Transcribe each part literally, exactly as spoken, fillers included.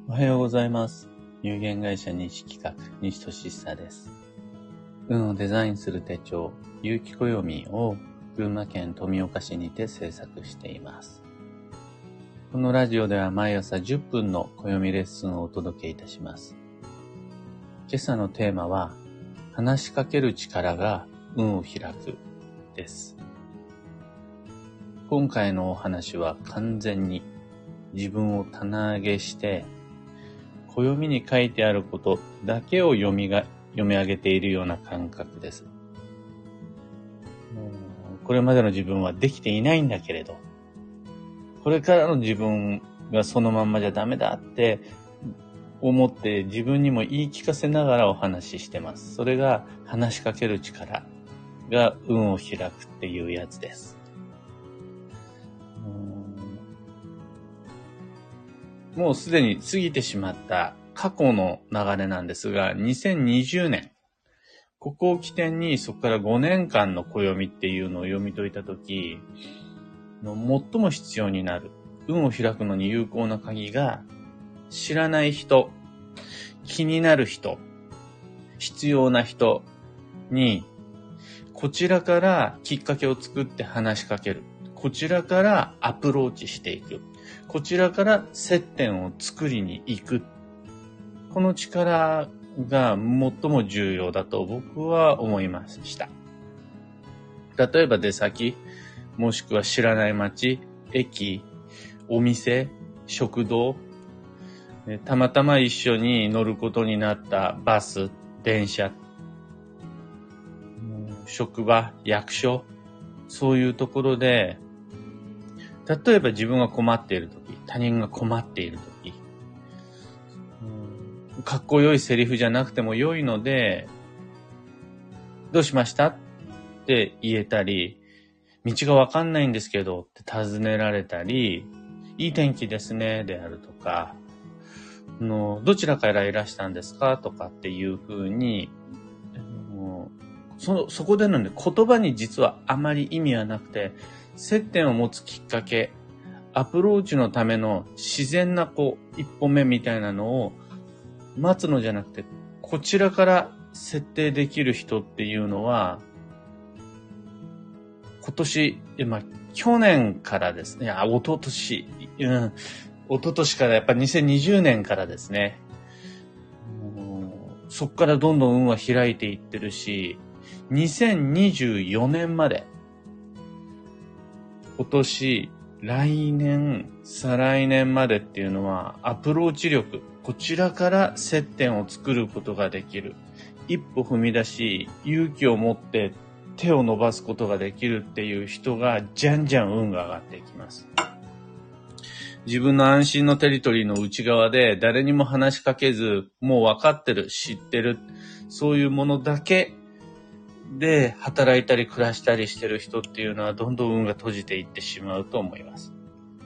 おはようございます。有限会社西企画、西俊久です。運をデザインする手帳、有機暦を群馬県富岡市にて制作しています。このラジオでは毎朝じゅっぷんの暦レッスンをお届けいたします。今朝のテーマは、話しかける力が運を開くです。今回のお話は完全に自分を棚上げして、暦に書いてあることだけを読みが、読み上げているような感覚です。これまでの自分はできていないんだけれど、これからの自分がそのまんまじゃダメだって思って自分にも言い聞かせながらお話ししてます。それが話しかける力が運を開くっていうやつです。もうすでに過ぎてしまった過去の流れなんですが、にせんにじゅうねん、ここを起点にそこからごねんかんの暦っていうのを読み解いたときの最も必要になる、運を開くのに有効な鍵が、知らない人、気になる人、必要な人に、こちらからきっかけを作って話しかける。こちらからアプローチしていく。こちらから接点を作りに行く。この力が最も重要だと僕は思いました。例えば出先、もしくは知らない街、駅、お店、食堂、たまたま一緒に乗ることになったバス、電車、職場、役所、そういうところで、例えば自分が困っているとき、他人が困っているとき、かっこよいセリフじゃなくても良いので、どうしましたって言えたり、道がわかんないんですけどって尋ねられたり、いい天気ですねであるとか、のどちらからいらしたんですかとかっていうふうに、そ、そこでの、ね、言葉に実はあまり意味はなくて、接点を持つきっかけ、アプローチのための自然なこう一歩目みたいなのを待つのじゃなくて、こちらから設定できる人っていうのは、今年、まあ、去年からですね、あ、一昨年、うん、一昨年からやっぱりにせんにじゅうねんからですね、そこからどんどん運は開いていってるし、にせんにじゅうよねんまで、今年、来年、再来年までっていうのはアプローチ力、こちらから接点を作ることができる。一歩踏み出し、勇気を持って手を伸ばすことができるっていう人がじゃんじゃん運が上がっていきます。自分の安心のテリトリーの内側で誰にも話しかけず、もう分かってる、知ってる、そういうものだけで働いたり暮らしたりしてる人っていうのはどんどん運が閉じていってしまうと思います。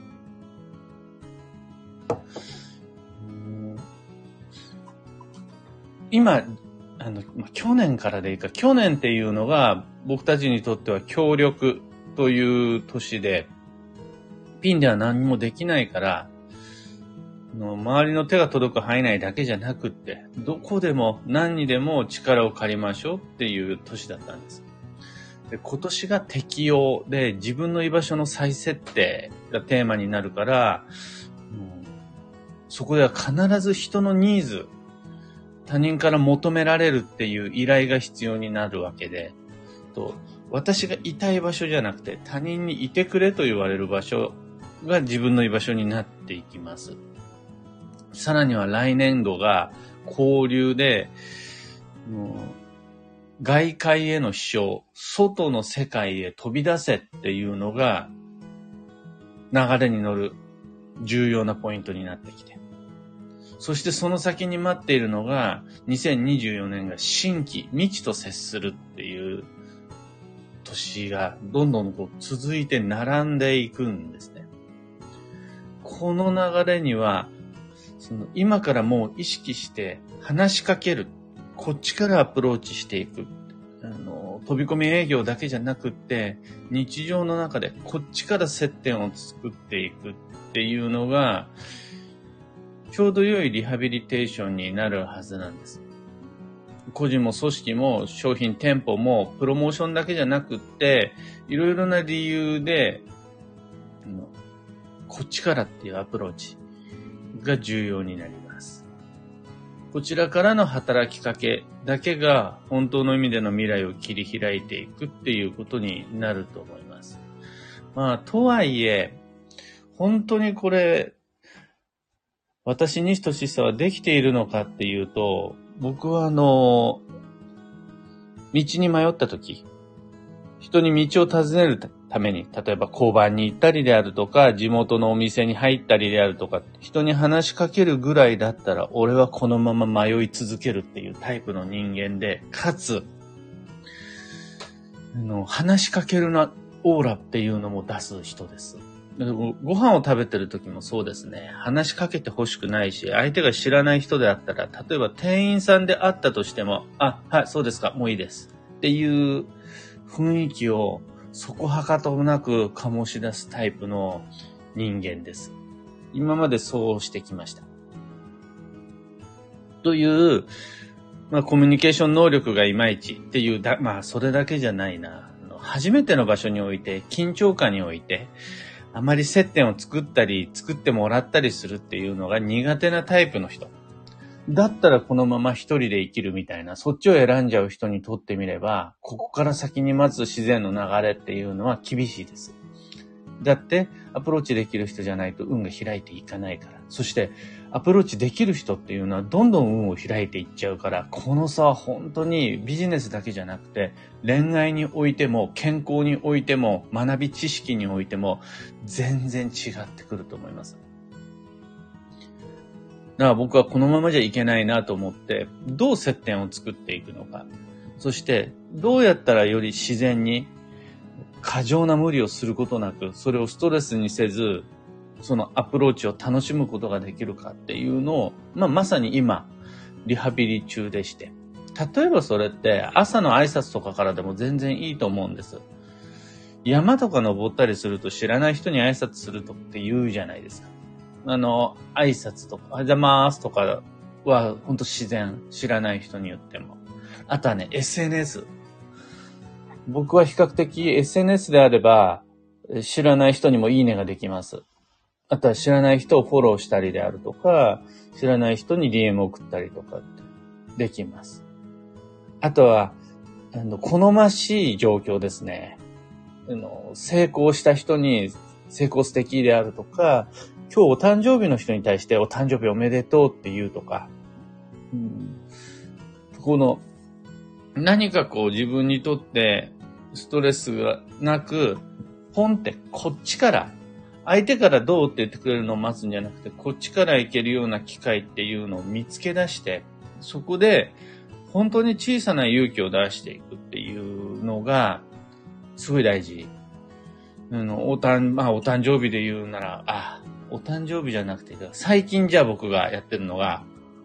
今、あの、まあ、去年からでいいか、去年っていうのが僕たちにとっては協力という年で、ピンでは何もできないから、の周りの手が届く範囲内だけじゃなくって、どこでも何にでも力を借りましょうっていう年だったんです。で、今年が適用で自分の居場所の再設定がテーマになるから、うん、そこでは必ず人のニーズ、他人から求められるっていう依頼が必要になるわけで、と私がいたい場所じゃなくて他人にいてくれと言われる場所が自分の居場所になっていきます。さらには来年度が交流で、もう外界への飛翔、外の世界へ飛び出せっていうのが流れに乗る重要なポイントになってきて、そしてその先に待っているのがにせんにじゅうよねんが新規未知と接するっていう年がどんどんこう続いて並んでいくんですね。この流れにはその今からもう意識して話しかける、こっちからアプローチしていく、あの飛び込み営業だけじゃなくって日常の中でこっちから接点を作っていくっていうのがちょうど良いリハビリテーションになるはずなんです。個人も組織も商品店舗もプロモーションだけじゃなくって、いろいろな理由で、こっちからっていうアプローチが重要になります。こちらからの働きかけだけが本当の意味での未来を切り開いていくっていうことになると思います。まあ、とはいえ、本当にこれ、私西俊久はできているのかっていうと、僕はあの、道に迷ったとき、人に道を尋ねるために、例えば交番に行ったりであるとか、地元のお店に入ったりであるとか、人に話しかけるぐらいだったら、俺はこのまま迷い続けるっていうタイプの人間で、かつ、あの話しかけるなオーラっていうのも出す人です。ご飯を食べてる時もそうですね。話しかけてほしくないし、相手が知らない人であったら、例えば店員さんであったとしても、あ、はい、そうですか、もういいです。っていう雰囲気をそこはかとなく醸し出すタイプの人間です。今までそうしてきました。という、まあコミュニケーション能力がいまいちっていうだ、まあそれだけじゃないな。初めての場所において、緊張感において、あまり接点を作ったり、作ってもらったりするっていうのが苦手なタイプの人。だったらこのまま一人で生きるみたいな、そっちを選んじゃう人にとってみれば、ここから先に待つ自然の流れっていうのは厳しいです。だって、アプローチできる人じゃないと運が開いていかないから。そして、アプローチできる人っていうのはどんどん運を開いていっちゃうから、この差は本当にビジネスだけじゃなくて、恋愛においても、健康においても、学び知識においても、全然違ってくると思います。だから僕はこのままじゃいけないなと思って、どう接点を作っていくのか。そして、どうやったらより自然に、過剰な無理をすることなく、それをストレスにせず、そのアプローチを楽しむことができるかっていうのを、まあ、まさに今、リハビリ中でして。例えばそれって朝の挨拶とかからでも全然いいと思うんです。山とか登ったりすると知らない人に挨拶するとって言うじゃないですか。あの、挨拶とか、おはようございますとかは本当自然。知らない人に言っても。あとはね、エスエヌエス。僕は比較的 エスエヌエス であれば知らない人にもいいねができます。あとは知らない人をフォローしたりであるとか、知らない人に ディーエム 送ったりとかできます。あとは、あの、好ましい状況ですね。あの、成功した人に成功素敵であるとか、今日お誕生日の人に対してお誕生日おめでとうって言うとか、うん、この何かこう自分にとってストレスがなく、ポンってこっちから相手からどうって言ってくれるのを待つんじゃなくて、こっちから行けるような機会っていうのを見つけ出して、そこで本当に小さな勇気を出していくっていうのがすごい大事。あの、お誕、まあお誕生日で言うなら、あ、お誕生日じゃなくて、最近じゃあ僕がやってるのが、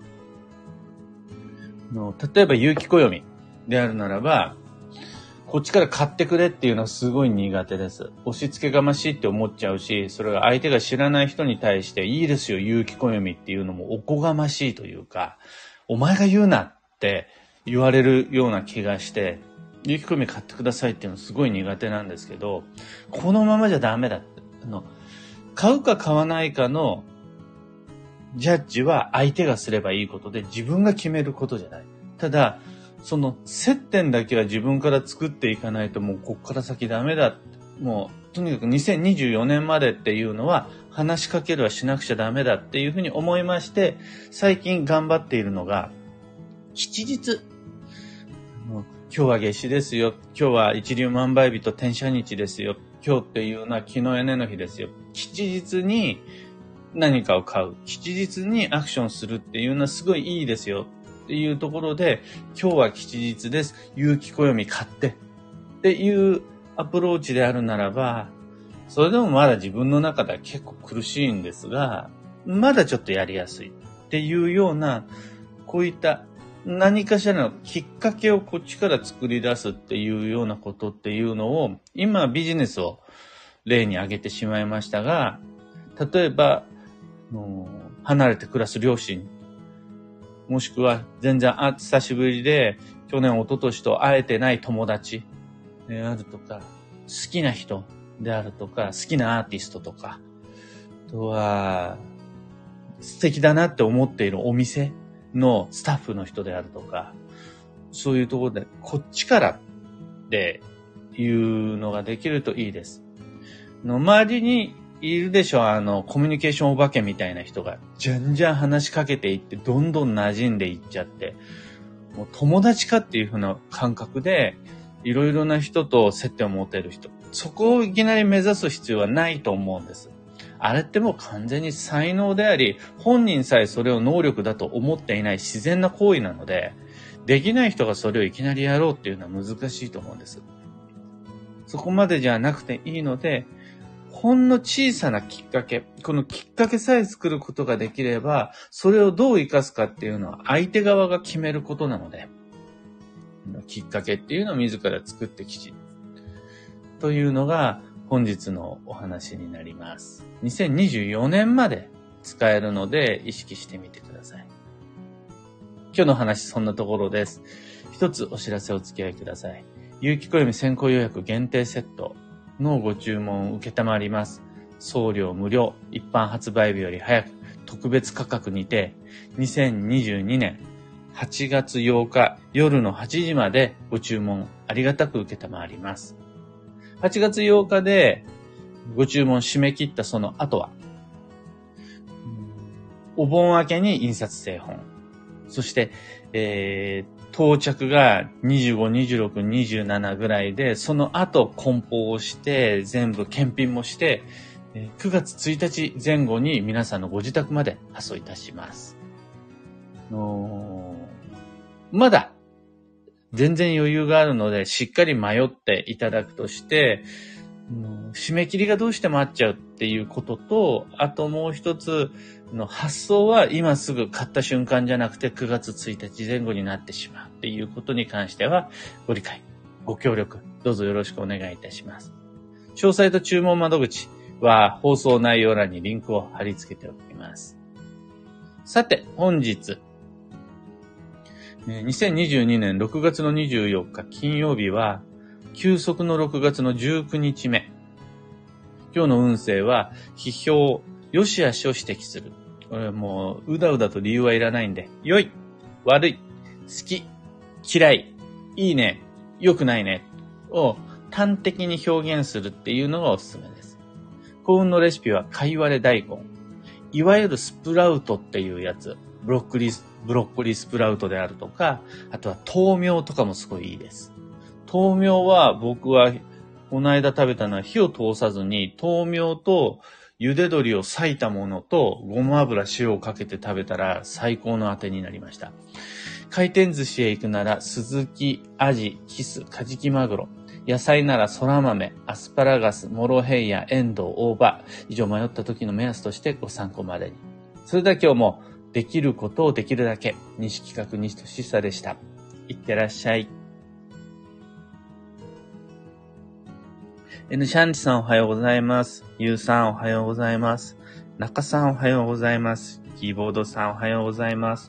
の例えば有機暦であるならば、こっちから買ってくれっていうのはすごい苦手です。押し付けがましいって思っちゃうし、それが相手が知らない人に対していいですよ、有機暦っていうのもおこがましいというか、お前が言うなって言われるような気がして、有機暦買ってくださいっていうのすごい苦手なんですけど、このままじゃダメだって。あの、買うか買わないかのジャッジは相手がすればいいことで自分が決めることじゃない。ただ、その接点だけは自分から作っていかないともうこっから先ダメだ。もうとにかくにせんにじゅうよねんまでっていうのは話しかけるはしなくちゃダメだっていうふうに思いまして、最近頑張っているのが吉日。今日は夏至ですよ。今日は一粒万倍日と天赦日ですよ。今日っていうのは木の枝の日ですよ。吉日に何かを買う。吉日にアクションするっていうのはすごいいいですよ。っていうところで、今日は吉日です。有機暦買って。っていうアプローチであるならば、それでもまだ自分の中では結構苦しいんですが、まだちょっとやりやすい。っていうような、こういった何かしらのきっかけをこっちから作り出すっていうようなことっていうのを、今ビジネスを例に挙げてしまいましたが、例えば、 の離れて暮らす両親、もしくは全然あ久しぶりで去年一昨年と会えてない友達であるとか、好きな人であるとか、好きなアーティストとか、あとは素敵だなって思っているお店のスタッフの人であるとか、そういうところでこっちからっていうのができるといいです。の周りにいるでしょ、あのコミュニケーションお化けみたいな人がじゃんじゃん話しかけていってどんどん馴染んでいっちゃって、もう友達かっていう風な感覚でいろいろな人と接点を持てる人、そこをいきなり目指す必要はないと思うんです。あれってもう完全に才能であり、本人さえそれを能力だと思っていない自然な行為なので、できない人がそれをいきなりやろうっていうのは難しいと思うんです。そこまでじゃなくていいので、ほんの小さなきっかけ、このきっかけさえ作ることができれば、それをどう生かすかっていうのは相手側が決めることなので、きっかけっていうのを自ら作ってきちというのが本日のお話になります。にせんにじゅうよねんまで使えるので意識してみてください。今日の話そんなところです。一つお知らせお付き合いください。有機暦先行予約限定セットのご注文を受けたまります。送料無料、一般発売日より早く特別価格にてにせんにじゅうにねんはちがつようか夜のはちじまでご注文ありがたく受けたまわります。はちがつようかでご注文締め切ったその後は、お盆明けに印刷製本、そして、えー、到着がにじゅうご、にじゅうろく、にじゅうななぐらいで、その後梱包をして全部検品もしてくがつついたち前後に皆さんのご自宅まで発送いたします。のまだ全然余裕があるのでしっかり迷っていただくとして、締め切りがどうしてもあっちゃうっていうことと、あともう一つの発送は今すぐ買った瞬間じゃなくてくがつついたち前後になってしまうっていうことに関してはご理解、ご協力どうぞよろしくお願いいたします。詳細と注文窓口は放送内容欄にリンクを貼り付けておきます。さて本日にせんにじゅうにねんろくがつのにじゅうよっか金曜日は休息のろくがつのじゅうくにちめ。今日の運勢は批評、良し悪しを指摘する。これもううだうだと理由はいらないんで、良い、悪い、好き、嫌い、いいね、良くないねを端的に表現するっていうのがおすすめです。幸運のレシピはかいわれ大根。いわゆるスプラウトっていうやつ。ブロッコリー、ブロッコリースプラウトであるとか、あとは豆苗とかもすごいいいです。豆苗は僕はこの間食べたのは火を通さずに豆苗と茹で鶏を裂いたものとごま油塩をかけて食べたら最高のあてになりました。回転寿司へ行くならスズキ、アジ、キス、カジキマグロ、野菜ならそら豆、アスパラガス、モロヘイヤ、エンドウ、大葉、以上迷った時の目安としてご参考までに。それでは今日もできることをできるだけ、西企画西俊久でした。いってらっしゃい。N シャンチさんおはようございます。ゆうさんおはようございます。中さんおはようございます。キーボードさんおはようございます。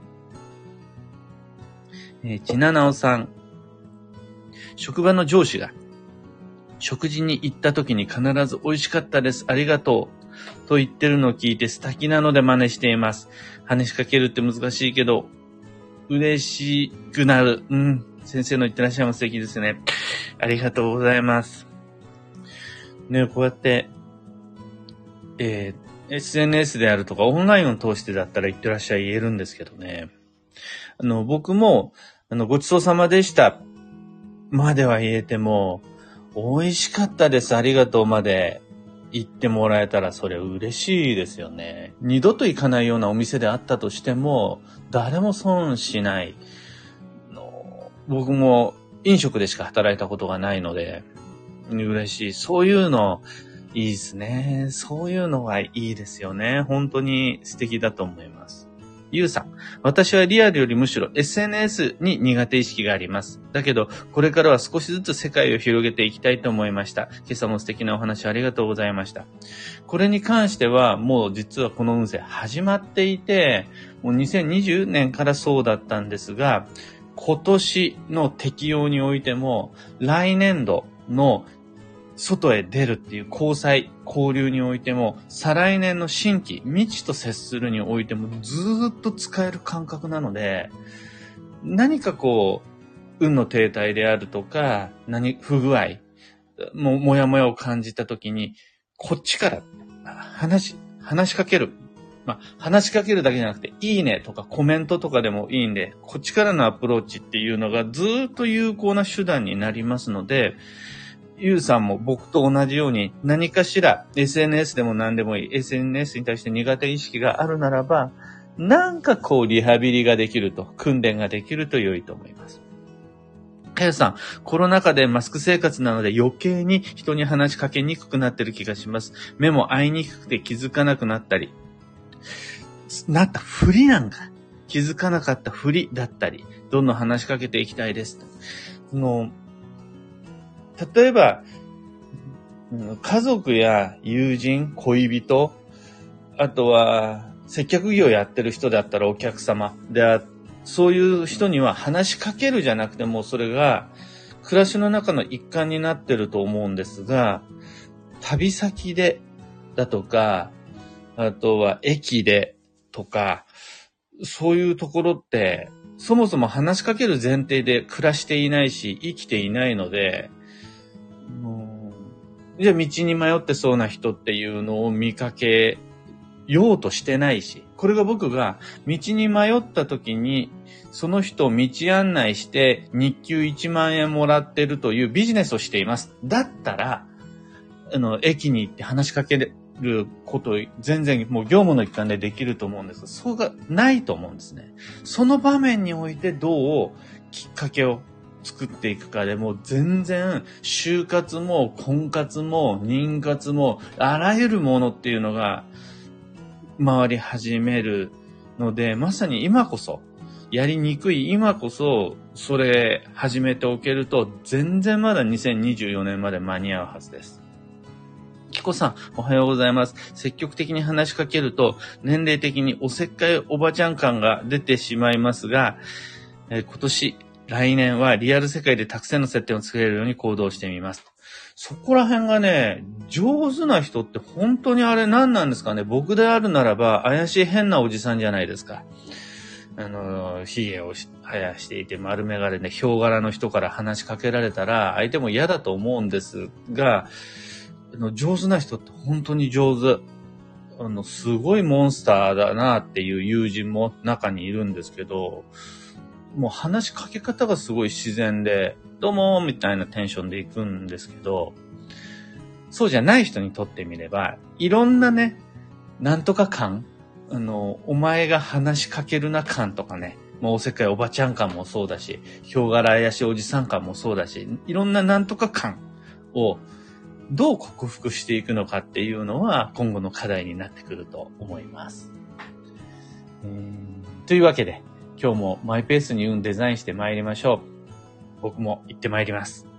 えー、ちななおさん。職場の上司が食事に行った時に必ず美味しかったです。ありがとう。と言ってるのを聞いて素敵なので真似しています。話しかけるって難しいけど、嬉しくなる。うん。先生の言ってらっしゃいも素敵ですね。ありがとうございます。ね、こうやって、えー、エスエヌエス であるとかオンラインを通してだったら言ってらっしゃい言えるんですけどね。あの、僕も、あの、ごちそうさまでしたまでは言えても、美味しかったです、ありがとうまで言ってもらえたらそれ嬉しいですよね。二度と行かないようなお店であったとしても、誰も損しない。の僕も飲食でしか働いたことがないので、嬉しい。そういうの、いいですね。そういうのはいいですよね。本当に素敵だと思います。 ゆうさん、私はリアルよりむしろ エスエヌエス に苦手意識があります。だけど、これからは少しずつ世界を広げていきたいと思いました。今朝も素敵なお話ありがとうございました。これに関しては、もう実はこの運勢始まっていて、もうにせんにじゅうねんからそうだったんですが、今年の適用においても、来年度の外へ出るっていう交際、交流においても、再来年の新規、未知と接するにおいてもずーっと使える感覚なので、何かこう、運の停滞であるとか、何、不具合、も、もやもやを感じたときに、こっちから話し、話しかける。まあ、話しかけるだけじゃなくて、いいねとかコメントとかでもいいんで、こっちからのアプローチっていうのがずーっと有効な手段になりますので、ゆうさんも僕と同じように何かしら エスエヌエス でも何でもいい エスエヌエス に対して苦手意識があるならば、なんかこうリハビリができると、訓練ができると良いと思います。かよさん、コロナ禍でマスク生活なので余計に人に話しかけにくくなってる気がします。目も合いにくくて気づかなくなったり、なったふりなんか、気づかなかったふりだったり、どんどん話しかけていきたいです。その例えば、家族や友人、恋人、あとは接客業やってる人だったらお客様で、そういう人には話しかけるじゃなくてもそれが暮らしの中の一環になってると思うんですが、旅先でだとか、あとは駅でとか、そういうところってそもそも話しかける前提で暮らしていないし生きていないので、じゃあ道に迷ってそうな人っていうのを見かけようとしてないし、これが僕が道に迷った時にその人を道案内して日給いちまんえんもらってるというビジネスをしています。だったら、あの、駅に行って話しかけること全然もう業務の一環でできると思うんですが、そうがないと思うんですね。その場面においてどうきっかけを作っていくかでも全然就活も婚活も妊活もあらゆるものっていうのが回り始めるので、まさに今こそやりにくい今こそそれ始めておけると全然まだにせんにじゅうよねんまで間に合うはずです。キコさん、おはようございます。積極的に話しかけると年齢的におせっかいおばちゃん感が出てしまいますが、えー、今年来年はリアル世界でたくさんの接点を作れるように行動してみます。そこら辺がね、上手な人って本当にあれ何なんですかね。僕であるならば怪しい変なおじさんじゃないですか。あの、髭を生やしていて丸眼鏡でヒョウ柄の人から話しかけられたら相手も嫌だと思うんですが、あの上手な人って本当に上手。あの、すごいモンスターだなっていう友人も中にいるんですけど、もう話しかけ方がすごい自然で、どうもみたいなテンションで行くんですけど、そうじゃない人にとってみれば、いろんなね、なんとか感、あの、お前が話しかけるな感とかね、もうおせっかいおばちゃん感もそうだし、ヒョウ柄怪しいおじさん感もそうだし、いろんななんとか感をどう克服していくのかっていうのは今後の課題になってくると思います。うーんというわけで、今日もマイペースに運デザインして参りましょう。僕も行って参ります。